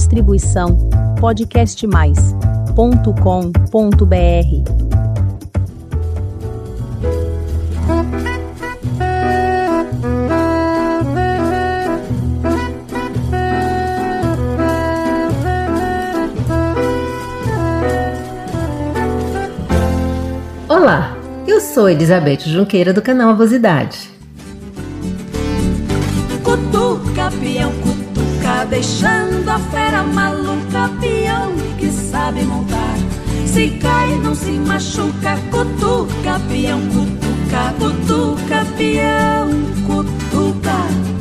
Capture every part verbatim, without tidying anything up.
Distribuição podcast mais ponto com ponto br. Olá, eu sou Elizabeth Junqueira do canal Avosidade. Cutuca, peão, cutuca, deixando a fera maluca, peão que sabe montar. Se cai, não se machuca, cutuca, peão, cutuca, cutuca, peão, cutuca.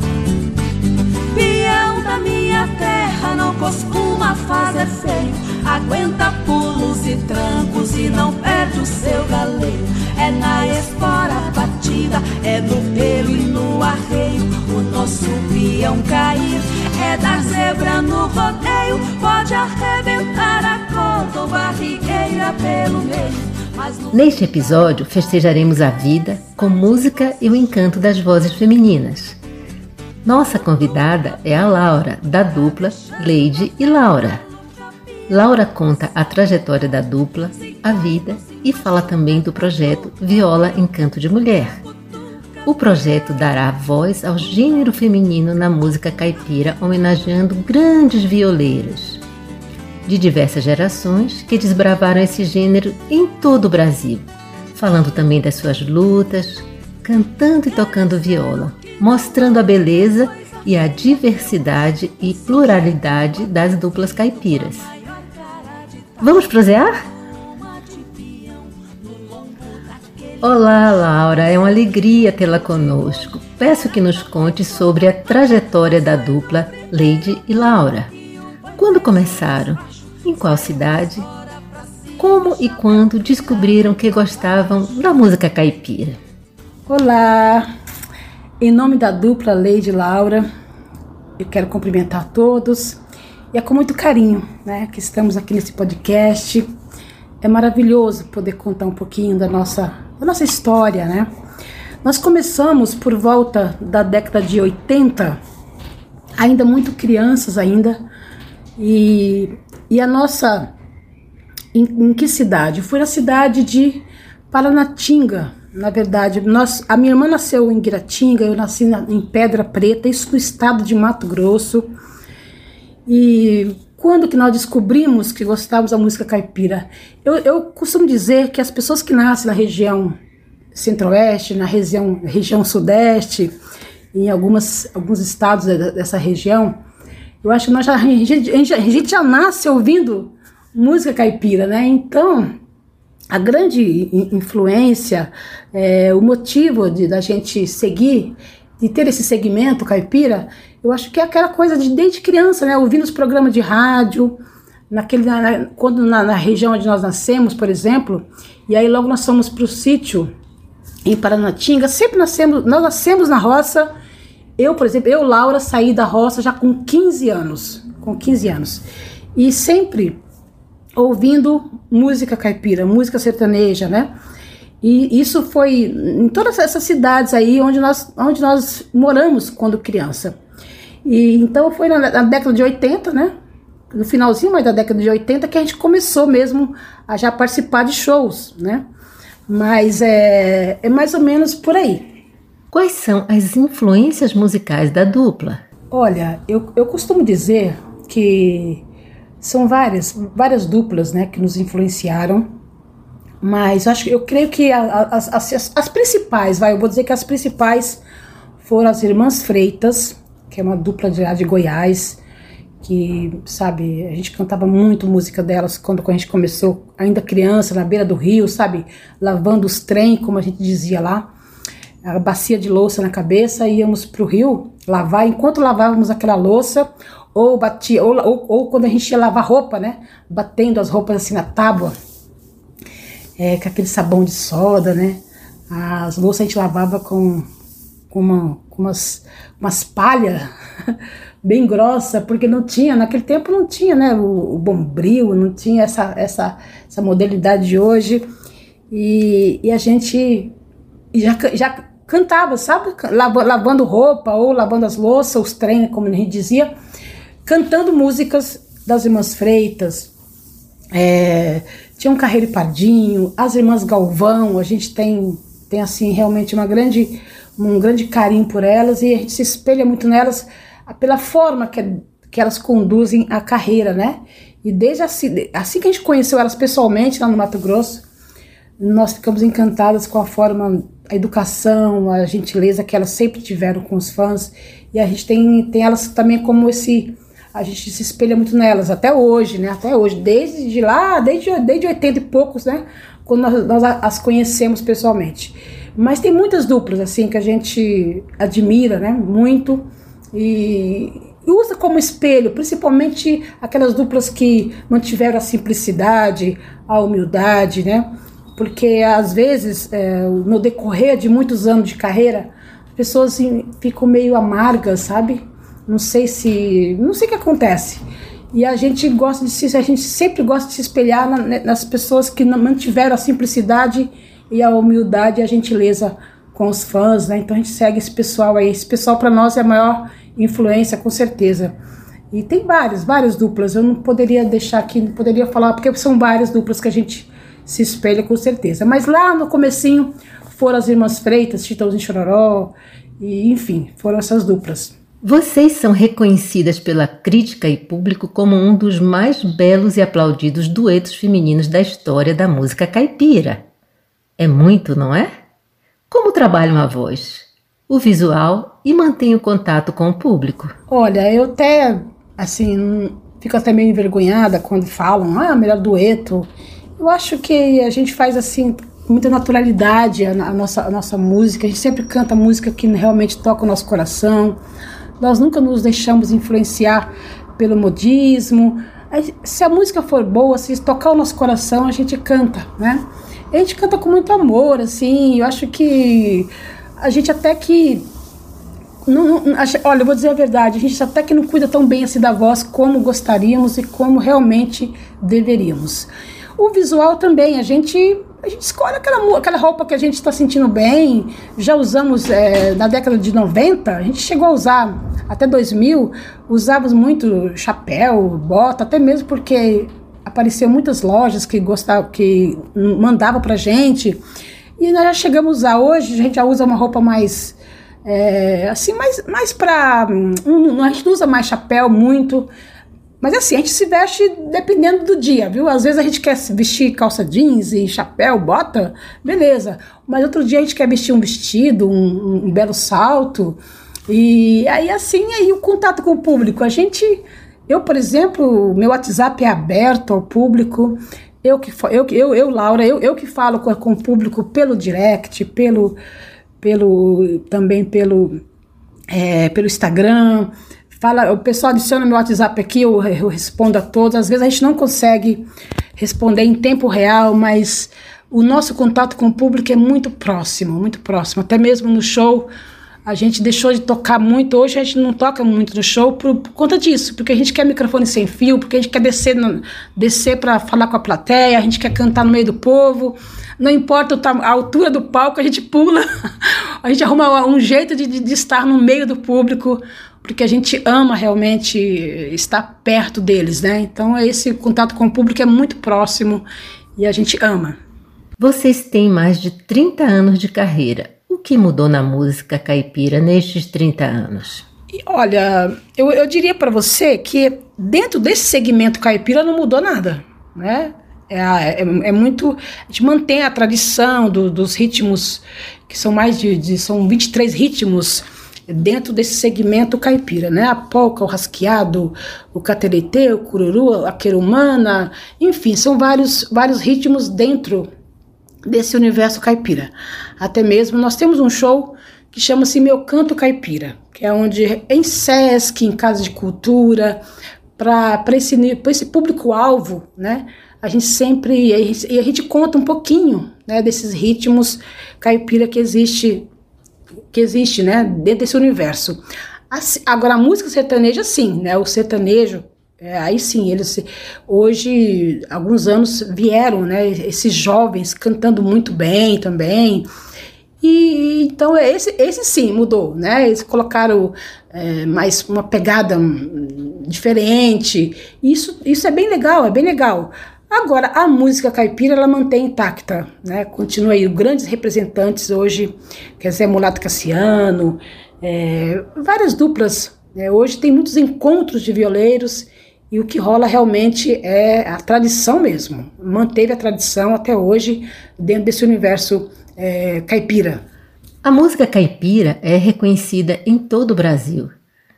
Peão da minha terra não costuma fazer feio, aguenta pulos e trancos e não perde o seu galeio. É na espora batida, é no pelo e no arreio, o nosso peão cair. É da zebra no rodeio, pode arrebentar a corda ou barrigueira pelo meio. Mas no... Neste episódio festejaremos a vida com música e o encanto das vozes femininas. Nossa convidada é a Laura, da dupla Leide e Laura. Laura conta a trajetória da dupla, a vida e fala também do projeto Viola Encanto de Mulher. O projeto dará voz ao gênero feminino na música caipira, homenageando grandes violeiras de diversas gerações que desbravaram esse gênero em todo o Brasil, falando também das suas lutas, cantando e tocando viola, mostrando a beleza e a diversidade e pluralidade das duplas caipiras. Vamos prosear? Olá, Laura, é uma alegria tê-la conosco. Peço que nos conte sobre a trajetória da dupla Leide e Laura. Quando começaram? Em qual cidade? Como e quando descobriram que gostavam da música caipira? Olá, em nome da dupla Leide e Laura, eu quero cumprimentar todos. E é com muito carinho, né, que estamos aqui nesse podcast. É maravilhoso poder contar um pouquinho da nossa, da nossa história, né? Nós começamos por volta da década de oitenta, ainda muito crianças ainda. E, e a nossa... Em, em que cidade? Foi na cidade de Paranatinga, na verdade. Nós, a minha irmã nasceu em Guiratinga, eu nasci na, em Pedra Preta, isso no estado de Mato Grosso. E quando que nós descobrimos que gostávamos da música caipira? Eu, eu costumo dizer que as pessoas que nascem na região centro-oeste, na região, região sudeste, em algumas, alguns estados dessa região, eu acho que nós já, a, gente, a gente já nasce ouvindo música caipira, né? Então, a grande influência, é, o motivo de, da gente seguir, de ter esse segmento caipira, eu acho que é aquela coisa de desde criança, né? Ouvindo os programas de rádio, naquele, na, quando na, na região onde nós nascemos, por exemplo, e aí logo nós fomos para o sítio em Paranatinga, sempre nascemos, nós nascemos na roça. Eu, por exemplo, eu, Laura, saí da roça já com quinze anos, com quinze anos, e sempre ouvindo música caipira, música sertaneja, né? E isso foi em todas essas cidades aí onde nós, onde nós moramos quando criança. E então foi na, na década de oitenta, né? No finalzinho mais da década de oitenta que a gente começou mesmo a já participar de shows, né? Mas é, é mais ou menos por aí. Quais são as influências musicais da dupla? Olha, eu, eu costumo dizer que são várias, várias duplas, né, que nos influenciaram. Mas acho, eu creio que as, as, as, as principais, vai, eu vou dizer que as principais foram as Irmãs Freitas, que é uma dupla de lá de Goiás, que, sabe, a gente cantava muito música delas quando a gente começou, ainda criança, na beira do rio, sabe, lavando os trem, como a gente dizia lá, a bacia de louça na cabeça, íamos pro rio lavar, enquanto lavávamos aquela louça, ou batia, ou, ou, ou quando a gente ia lavar roupa, né, batendo as roupas assim na tábua, É, com aquele sabão de soda, né? As louças a gente lavava com, com, uma, com umas, umas palhas bem grossa, porque não tinha, naquele tempo não tinha, né? O, o bombril, não tinha essa, essa, essa modalidade de hoje. E, e a gente já, já cantava, sabe? Lavando roupa ou lavando as louças, os trem, como a gente dizia, cantando músicas das irmãs Freitas, é, tinha um Carreiro e Pardinho, as irmãs Galvão, a gente tem, tem assim, realmente uma grande, um grande carinho por elas e a gente se espelha muito nelas pela forma que, que elas conduzem a carreira, né? E desde assim, assim que a gente conheceu elas pessoalmente lá no Mato Grosso, nós ficamos encantadas com a forma, a educação, a gentileza que elas sempre tiveram com os fãs. E a gente tem, tem elas também como esse... A gente se espelha muito nelas, até hoje, né? Até hoje, desde de lá, desde, desde oitenta e poucos, né? Quando nós, nós as conhecemos pessoalmente. Mas tem muitas duplas, assim, que a gente admira, né? Muito. E usa como espelho, principalmente aquelas duplas que mantiveram a simplicidade, a humildade, né? Porque, às vezes, é, no decorrer de muitos anos de carreira, as pessoas assim, ficam meio amargas, sabe? Não sei se... Não sei o que acontece. E a gente gosta de se... A gente sempre gosta de se espelhar na, nas pessoas que mantiveram a simplicidade e a humildade e a gentileza com os fãs, né? Então a gente segue esse pessoal aí. Esse pessoal, para nós, é a maior influência, com certeza. E tem várias, várias duplas. Eu não poderia deixar aqui, não poderia falar, porque são várias duplas que a gente se espelha, com certeza. Mas lá no comecinho foram as irmãs Freitas, Chitãozinho e Chororó, e enfim, foram essas duplas. Vocês são reconhecidas pela crítica e público como um dos mais belos e aplaudidos duetos femininos da história da música caipira. É muito, não é? Como trabalham a voz, o visual e mantêm o contato com o público? Olha, eu até, assim, fico até meio envergonhada quando falam, ah, melhor dueto. Eu acho que a gente faz, assim, com muita naturalidade a, a, nossa, a nossa música. A gente sempre canta música que realmente toca o nosso coração. Nós nunca nos deixamos influenciar pelo modismo. Se a música for boa, se tocar o nosso coração, a gente canta, né? A gente canta com muito amor, assim. Eu acho que a gente até que... Não, não, olha, eu vou dizer a verdade. A gente até que não cuida tão bem assim da voz como gostaríamos e como realmente deveríamos. O visual também, a gente, a gente escolhe aquela, aquela roupa que a gente está sentindo bem. Já usamos é, na década de noventa, a gente chegou a usar até dois mil, usávamos muito chapéu, bota, até mesmo porque apareceu muitas lojas que gostavam, que mandavam pra gente. E nós já chegamos a usar hoje, a gente já usa uma roupa mais, é, assim, mais, mais pra... Um, a gente não usa mais chapéu muito. Mas assim, a gente se veste dependendo do dia, viu? Às vezes a gente quer vestir calça jeans e chapéu, bota, beleza. Mas outro dia a gente quer vestir um vestido, um, um belo salto. E aí assim, aí o contato com o público. A gente, eu, por exemplo, meu WhatsApp é aberto ao público. Eu, que, eu, eu, eu Laura, eu, eu que falo com, com o público pelo direct, pelo, pelo, também pelo, é, pelo Instagram. Fala, o pessoal adiciona meu WhatsApp aqui, eu, eu respondo a todos. Às vezes a gente não consegue responder em tempo real, mas o nosso contato com o público é muito próximo, muito próximo. Até mesmo no show, a gente deixou de tocar muito. Hoje a gente não toca muito no show por, por conta disso, porque a gente quer microfone sem fio, porque a gente quer descer, no, descer para falar com a plateia, a gente quer cantar no meio do povo. Não importa a altura do palco, a gente pula, a gente arruma um jeito de, de, de estar no meio do público, porque a gente ama realmente estar perto deles, né? Então esse contato com o público é muito próximo e a gente ama. Vocês têm mais de trinta anos de carreira. O que mudou na música caipira nestes trinta anos? E olha, eu, eu diria para você que dentro desse segmento caipira não mudou nada, né? É, é, é muito... A gente mantém a tradição do, dos ritmos, que são mais de, de... São vinte e três ritmos dentro desse segmento caipira, né? A polca, o rasqueado, o cateretê, o cururu, a querumana, enfim, são vários, vários ritmos dentro desse universo caipira. Até mesmo nós temos um show que chama-se Meu Canto Caipira, que é onde em Sesc, em Casa de Cultura, para esse, esse público-alvo, né? A gente sempre, e a gente, e a gente conta um pouquinho, né, desses ritmos caipira que existe que existe, né, dentro desse universo. Assim, agora, a música sertaneja, sim, né, o sertanejo, é, aí sim, eles, hoje, alguns anos vieram, né, esses jovens cantando muito bem também, e então esse, esse sim mudou, né, eles colocaram é, mais uma pegada diferente. Isso, isso é bem legal, é bem legal. Agora, a música caipira, ela mantém intacta, né? Continua aí, grandes representantes hoje, quer dizer, Mulato Cassiano, é, várias duplas, né? Hoje tem muitos encontros de violeiros e o que rola realmente é a tradição mesmo. Manteve a tradição até hoje dentro desse universo é, caipira. A música caipira é reconhecida em todo o Brasil.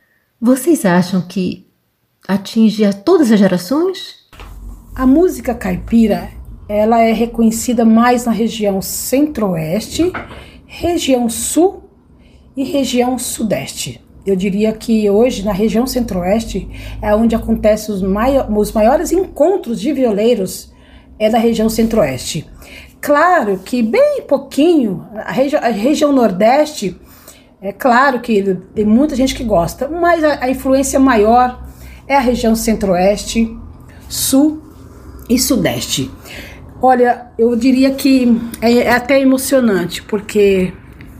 Vocês acham que atinge a todas as gerações? A música caipira, ela é reconhecida mais na região centro-oeste, região sul e região sudeste. Eu diria que hoje, na região centro-oeste, é onde acontecem os, mai- os maiores encontros de violeiros, é da região centro-oeste. Claro que bem pouquinho, a, regi- a região nordeste, é claro que tem muita gente que gosta, mas a, a influência maior é a região centro-oeste, sul e sudeste. Olha, eu diria que é, é até emocionante, porque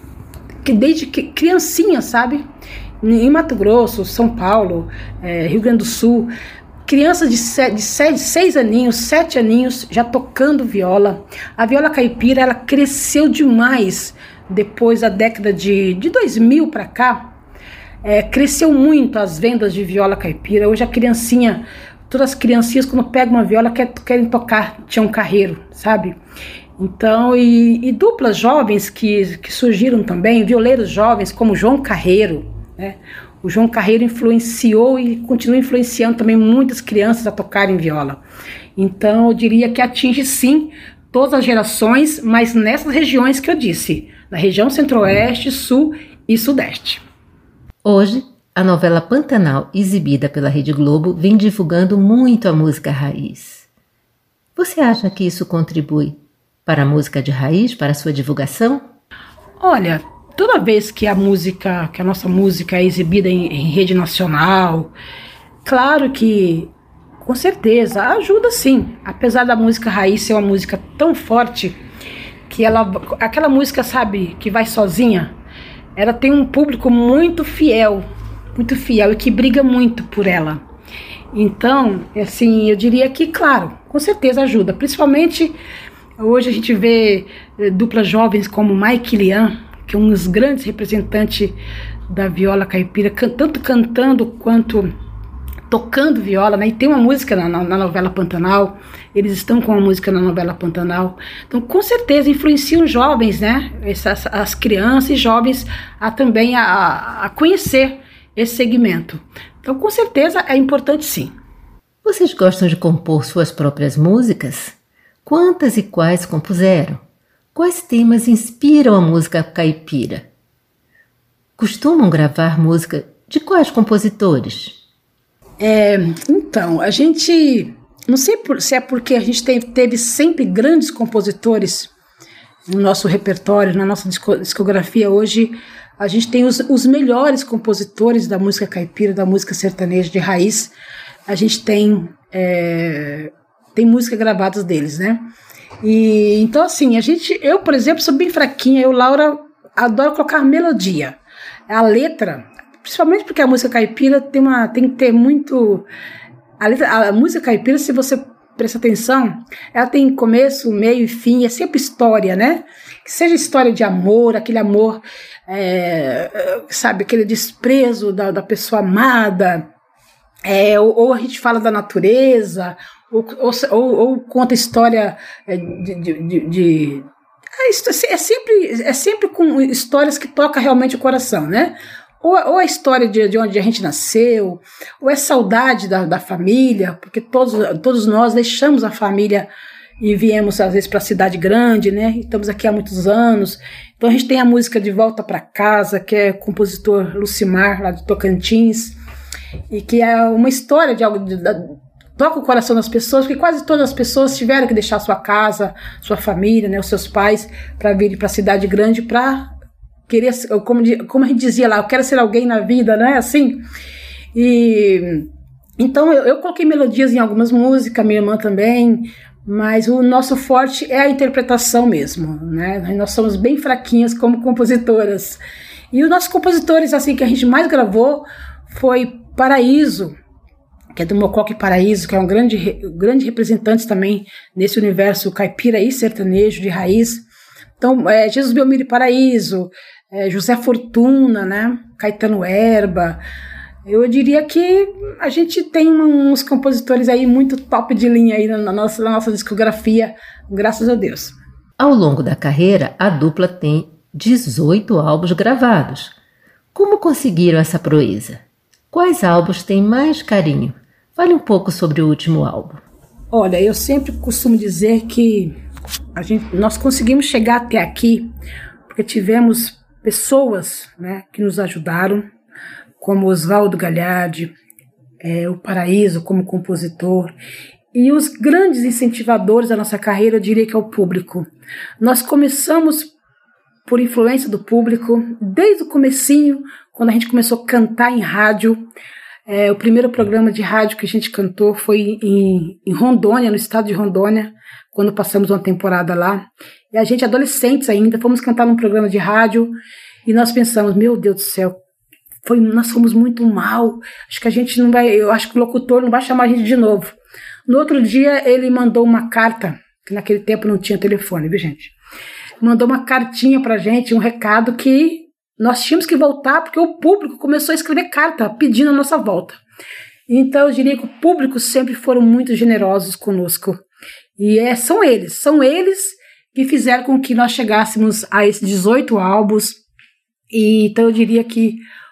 que desde que, criancinha, sabe? Em Mato Grosso, São Paulo, é, Rio Grande do Sul, crianças de, sete, de sete, seis aninhos, sete aninhos já tocando viola. A viola caipira, ela cresceu demais depois da década de, de dois mil para cá. É, cresceu muito as vendas de viola caipira. Hoje a criancinha, todas as criancinhas quando pegam uma viola quer, querem tocar Tião Carreiro, sabe? Então, e, e duplas jovens que, que surgiram também, violeiros jovens como João Carreiro, né? O João Carreiro influenciou e continua influenciando também muitas crianças a tocarem viola. Então, eu diria que atinge sim todas as gerações, mas nessas regiões que eu disse, na região centro-oeste, sul e sudeste. Hoje, a novela Pantanal, exibida pela Rede Globo, vem divulgando muito a música raiz. Você acha que isso contribui para a música de raiz, para a sua divulgação? Olha, toda vez que a música, que a nossa música é exibida em, em rede nacional, claro que, com certeza, ajuda sim. Apesar da música raiz ser uma música tão forte, que ela, aquela música, sabe, que vai sozinha, ela tem um público muito fiel, muito fiel e que briga muito por ela. Então, assim, eu diria que, claro, com certeza ajuda. Principalmente, hoje a gente vê eh, duplas jovens como Mike Lian, que é um dos grandes representantes da viola caipira, can, tanto cantando quanto tocando viola, né? E tem uma música na, na, na novela Pantanal, eles estão com uma música na novela Pantanal. Então, com certeza, influenciam os jovens, né? Essas, as crianças e jovens a também a, a conhecer esse segmento. Então, com certeza, é importante sim. Vocês gostam de compor suas próprias músicas? Quantas e quais compuseram? Quais temas inspiram a música caipira? Costumam gravar música de quais compositores? É, então, a gente, não sei por, se é porque a gente teve, teve sempre grandes compositores no nosso repertório, na nossa discografia. Hoje a gente tem os, os melhores compositores da música caipira, da música sertaneja de raiz. A gente tem, é, tem música gravadas deles, né? E, então, assim, a gente, eu, por exemplo, sou bem fraquinha. Eu, Laura, adoro colocar melodia. A letra, principalmente porque a música caipira tem, uma, tem que ter muito... A, letra, a música caipira, se você prestar atenção, ela tem começo, meio e fim. É sempre história, né? Que seja história de amor, aquele amor, é, sabe, aquele desprezo da, da pessoa amada. É, ou, ou a gente fala da natureza... Ou, ou, ou conta história de, de, de, de é, é, sempre, é sempre com histórias que tocam realmente o coração, né? Ou, ou a história de, de onde a gente nasceu, ou é saudade da, da família, porque todos, todos nós deixamos a família e viemos às vezes para a cidade grande, né? Estamos aqui há muitos anos. Então a gente tem a música De Volta para Casa, que é o compositor Lucimar, lá de Tocantins, e que é uma história de algo... De, de, toca o coração das pessoas, porque quase todas as pessoas tiveram que deixar sua casa, sua família, né, os seus pais, para vir para a cidade grande, para querer, como, como a gente dizia lá, eu quero ser alguém na vida, né, assim. E então eu, eu coloquei melodias em algumas músicas, minha irmã também, mas o nosso forte é a interpretação mesmo, né, nós somos bem fraquinhas como compositoras. E os nossos compositores, assim, que a gente mais gravou foi Paraíso, que é do Mococa e Paraíso, que é um grande, grande representante também nesse universo caipira e sertanejo de raiz. Então, é, Jesus Belmiro e Paraíso, é, José Fortuna, né? Caetano Herba. Eu diria que a gente tem uns compositores aí muito top de linha aí na nossa, na nossa discografia, graças a Deus. Ao longo da carreira, a dupla tem dezoito álbuns gravados. Como conseguiram essa proeza? Quais álbuns têm mais carinho? Fale um pouco sobre o último álbum. Olha, eu sempre costumo dizer que a gente, nós conseguimos chegar até aqui porque tivemos pessoas, né, que nos ajudaram, como Oswaldo Gagliardi, é, o Paraíso como compositor, e os grandes incentivadores da nossa carreira, eu diria que é o público. Nós começamos por influência do público, desde o comecinho, quando a gente começou a cantar em rádio. É, o primeiro programa de rádio que a gente cantou foi em, em Rondônia, no estado de Rondônia, quando passamos uma temporada lá. E a gente, adolescentes ainda, fomos cantar num programa de rádio e nós pensamos, meu Deus do céu, foi, nós fomos muito mal, acho que a gente não vai, eu acho que o locutor não vai chamar a gente de novo. No outro dia ele mandou uma carta, que naquele tempo não tinha telefone, viu gente? Mandou uma cartinha pra gente, um recado que nós tínhamos que voltar porque o público começou a escrever carta pedindo a nossa volta. Então eu diria que o público sempre foram muito generosos conosco. E é, são eles, são eles que fizeram com que nós chegássemos a esses dezoito álbuns. E, então eu diria que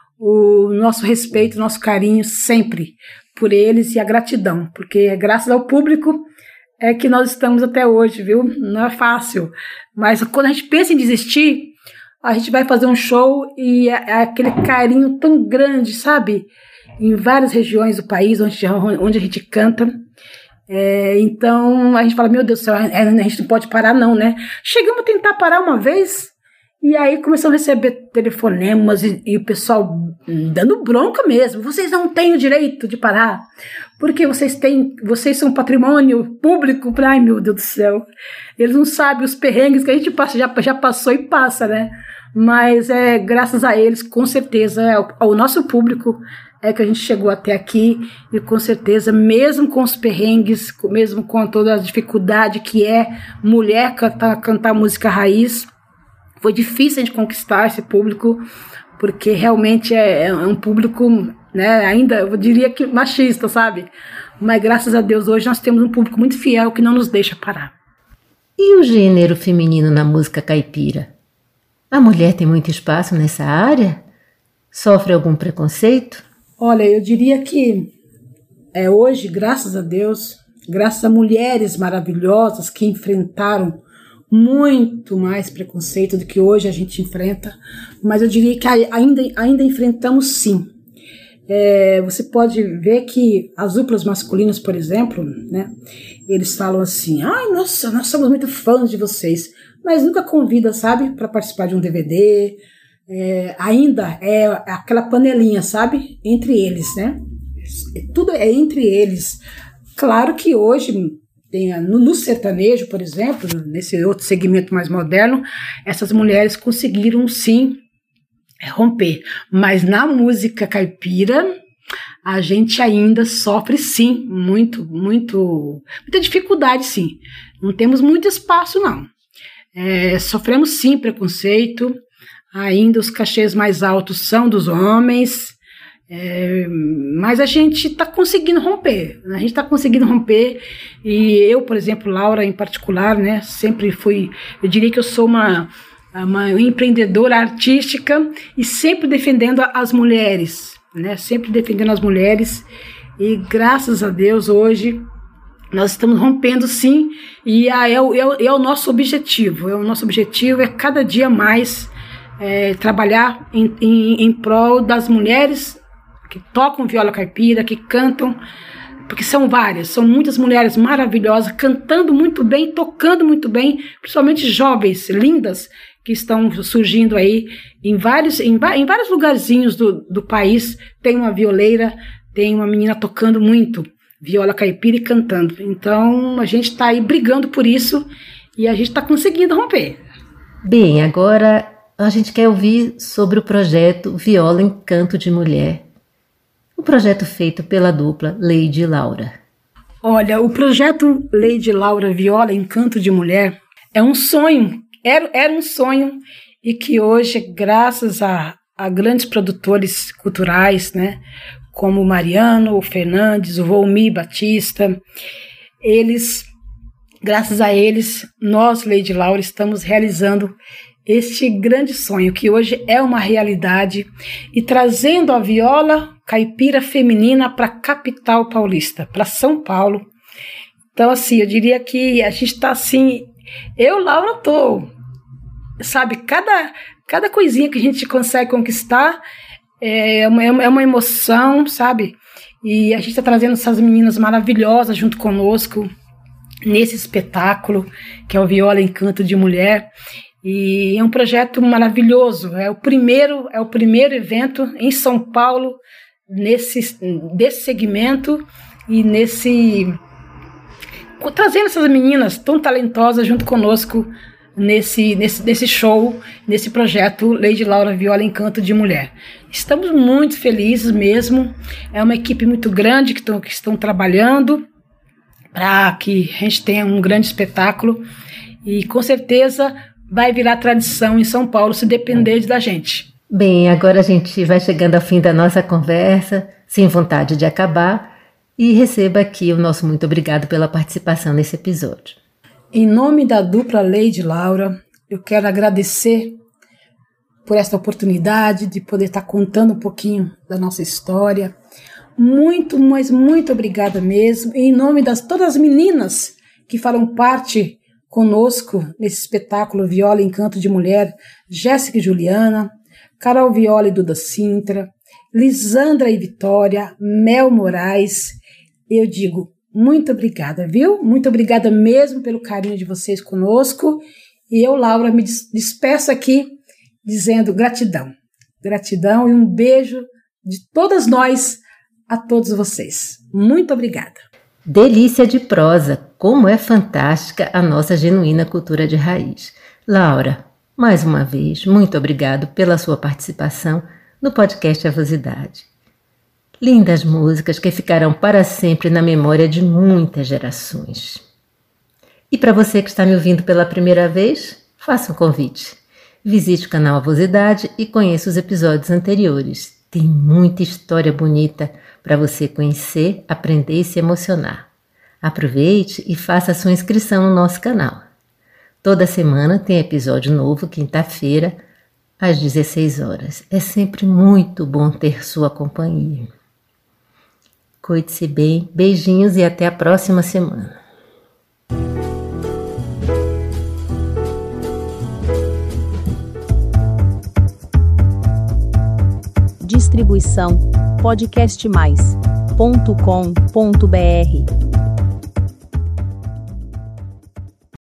o nosso respeito, o nosso carinho sempre por eles e a gratidão, porque é graças ao público é que nós estamos até hoje, viu? Não é fácil, mas quando a gente pensa em desistir, a gente vai fazer um show e é aquele carinho tão grande, sabe? Em várias regiões do país onde, onde a gente canta. É, então a gente fala, meu Deus do céu, a gente não pode parar não, né? Chegamos a tentar parar uma vez e aí começamos a receber telefonemas e, e o pessoal dando bronca mesmo. Vocês não têm o direito de parar, porque vocês têm, vocês são patrimônio público. Ai, meu Deus do céu. Eles não sabem os perrengues que a gente passa, já, já passou e passa, né? Mas é graças a eles, com certeza, ao, ao nosso público, é que a gente chegou até aqui. E com certeza, mesmo com os perrengues, mesmo com toda a dificuldade que é mulher cantar, cantar música raiz, foi difícil a gente conquistar esse público, porque realmente é, é um público, né, ainda, eu diria que machista, sabe? Mas graças a Deus hoje nós temos um público muito fiel que não nos deixa parar. E o gênero feminino na música caipira? A mulher tem muito espaço nessa área? Sofre algum preconceito? Olha, eu diria que é, hoje, graças a Deus, graças a mulheres maravilhosas que enfrentaram muito mais preconceito do que hoje a gente enfrenta, mas eu diria que ainda, ainda enfrentamos sim. É, você pode ver que as duplas masculinas, por exemplo, né, eles falam assim, ai, nossa, nós somos muito fãs de vocês, mas nunca convida, sabe, para participar de um D V D, é, ainda é aquela panelinha, sabe, entre eles, né, tudo é entre eles. Claro que hoje, tem, no, no sertanejo, por exemplo, nesse outro segmento mais moderno, essas mulheres conseguiram sim romper, mas na música caipira a gente ainda sofre sim muito, muito, muita dificuldade sim, não temos muito espaço não, é, sofremos sim preconceito, ainda os cachês mais altos são dos homens, é, mas a gente está conseguindo romper, a gente está conseguindo romper, e eu, por exemplo, Laura em particular, né, sempre fui, eu diria que eu sou uma uma empreendedora artística e sempre defendendo as mulheres, né? Sempre defendendo as mulheres, e graças a Deus hoje nós estamos rompendo sim, e é, é, é, é o nosso objetivo, é o nosso objetivo é cada dia mais é, trabalhar em, em, em prol das mulheres que tocam viola caipira, que cantam, porque são várias, são muitas mulheres maravilhosas, cantando muito bem, tocando muito bem, principalmente jovens, lindas, que estão surgindo aí em vários, em, em vários lugarzinhos do, do país. Tem uma violeira, tem uma menina tocando muito viola caipira e cantando. Então a gente está aí brigando por isso e a gente está conseguindo romper. Bem, agora a gente quer ouvir sobre o projeto Viola em Canto de Mulher. O projeto feito pela dupla Leide e Laura. Olha, o projeto Leide e Laura Viola Encanto de Mulher é um sonho, era, era um sonho, e que hoje, graças a, a grandes produtores culturais, né, como o Mariano, o Fernandes, o Volmi Batista, eles, graças a eles, nós, Leide e Laura, estamos realizando este grande sonho, que hoje é uma realidade, e trazendo a viola caipira feminina para a capital paulista, para São Paulo. Então, assim, eu diria que a gente está assim, eu, Laura, tô, sabe, cada, cada coisinha que a gente consegue conquistar é uma, é uma emoção, sabe? E a gente está trazendo essas meninas maravilhosas junto conosco nesse espetáculo, que é o Viola Encanto de Mulher. E é um projeto maravilhoso, é o primeiro, é o primeiro evento em São Paulo nesse, desse segmento e nesse, trazendo essas meninas tão talentosas junto conosco nesse, nesse, nesse show, nesse projeto Leide e Laura Viola Encanto de Mulher. Estamos muito felizes mesmo, é uma equipe muito grande que, tão, que estão trabalhando para que a gente tenha um grande espetáculo, e com certeza vai virar tradição em São Paulo, se depender da gente. Bem, agora a gente vai chegando ao fim da nossa conversa, sem vontade de acabar, e receba aqui o nosso muito obrigado pela participação nesse episódio. Em nome da dupla Leide e Laura, eu quero agradecer por esta oportunidade de poder estar contando um pouquinho da nossa história. Muito, mas muito obrigada mesmo. E em nome das todas as meninas que farão parte conosco nesse espetáculo Viola Encanto de Mulher, Jéssica e Juliana, Carol Viola e Duda Sintra, Lisandra e Vitória, Mel Moraes, eu digo muito obrigada, viu? Muito obrigada mesmo pelo carinho de vocês conosco, e eu, Laura, me despeço aqui dizendo gratidão, gratidão e um beijo de todas nós a todos vocês. Muito obrigada. Delícia de prosa, como é fantástica a nossa genuína cultura de raiz. Laura, mais uma vez, muito obrigado pela sua participação no podcast Avosidade. Lindas músicas que ficarão para sempre na memória de muitas gerações. E para você que está me ouvindo pela primeira vez, faça um convite. Visite o canal Avosidade e conheça os episódios anteriores. Tem muita história bonita para você conhecer, aprender e se emocionar. Aproveite e faça a sua inscrição no nosso canal. Toda semana tem episódio novo, quinta-feira, às dezesseis horas. É sempre muito bom ter sua companhia. Cuide-se bem, beijinhos e até a próxima semana. Distribuição podcast mais ponto com ponto br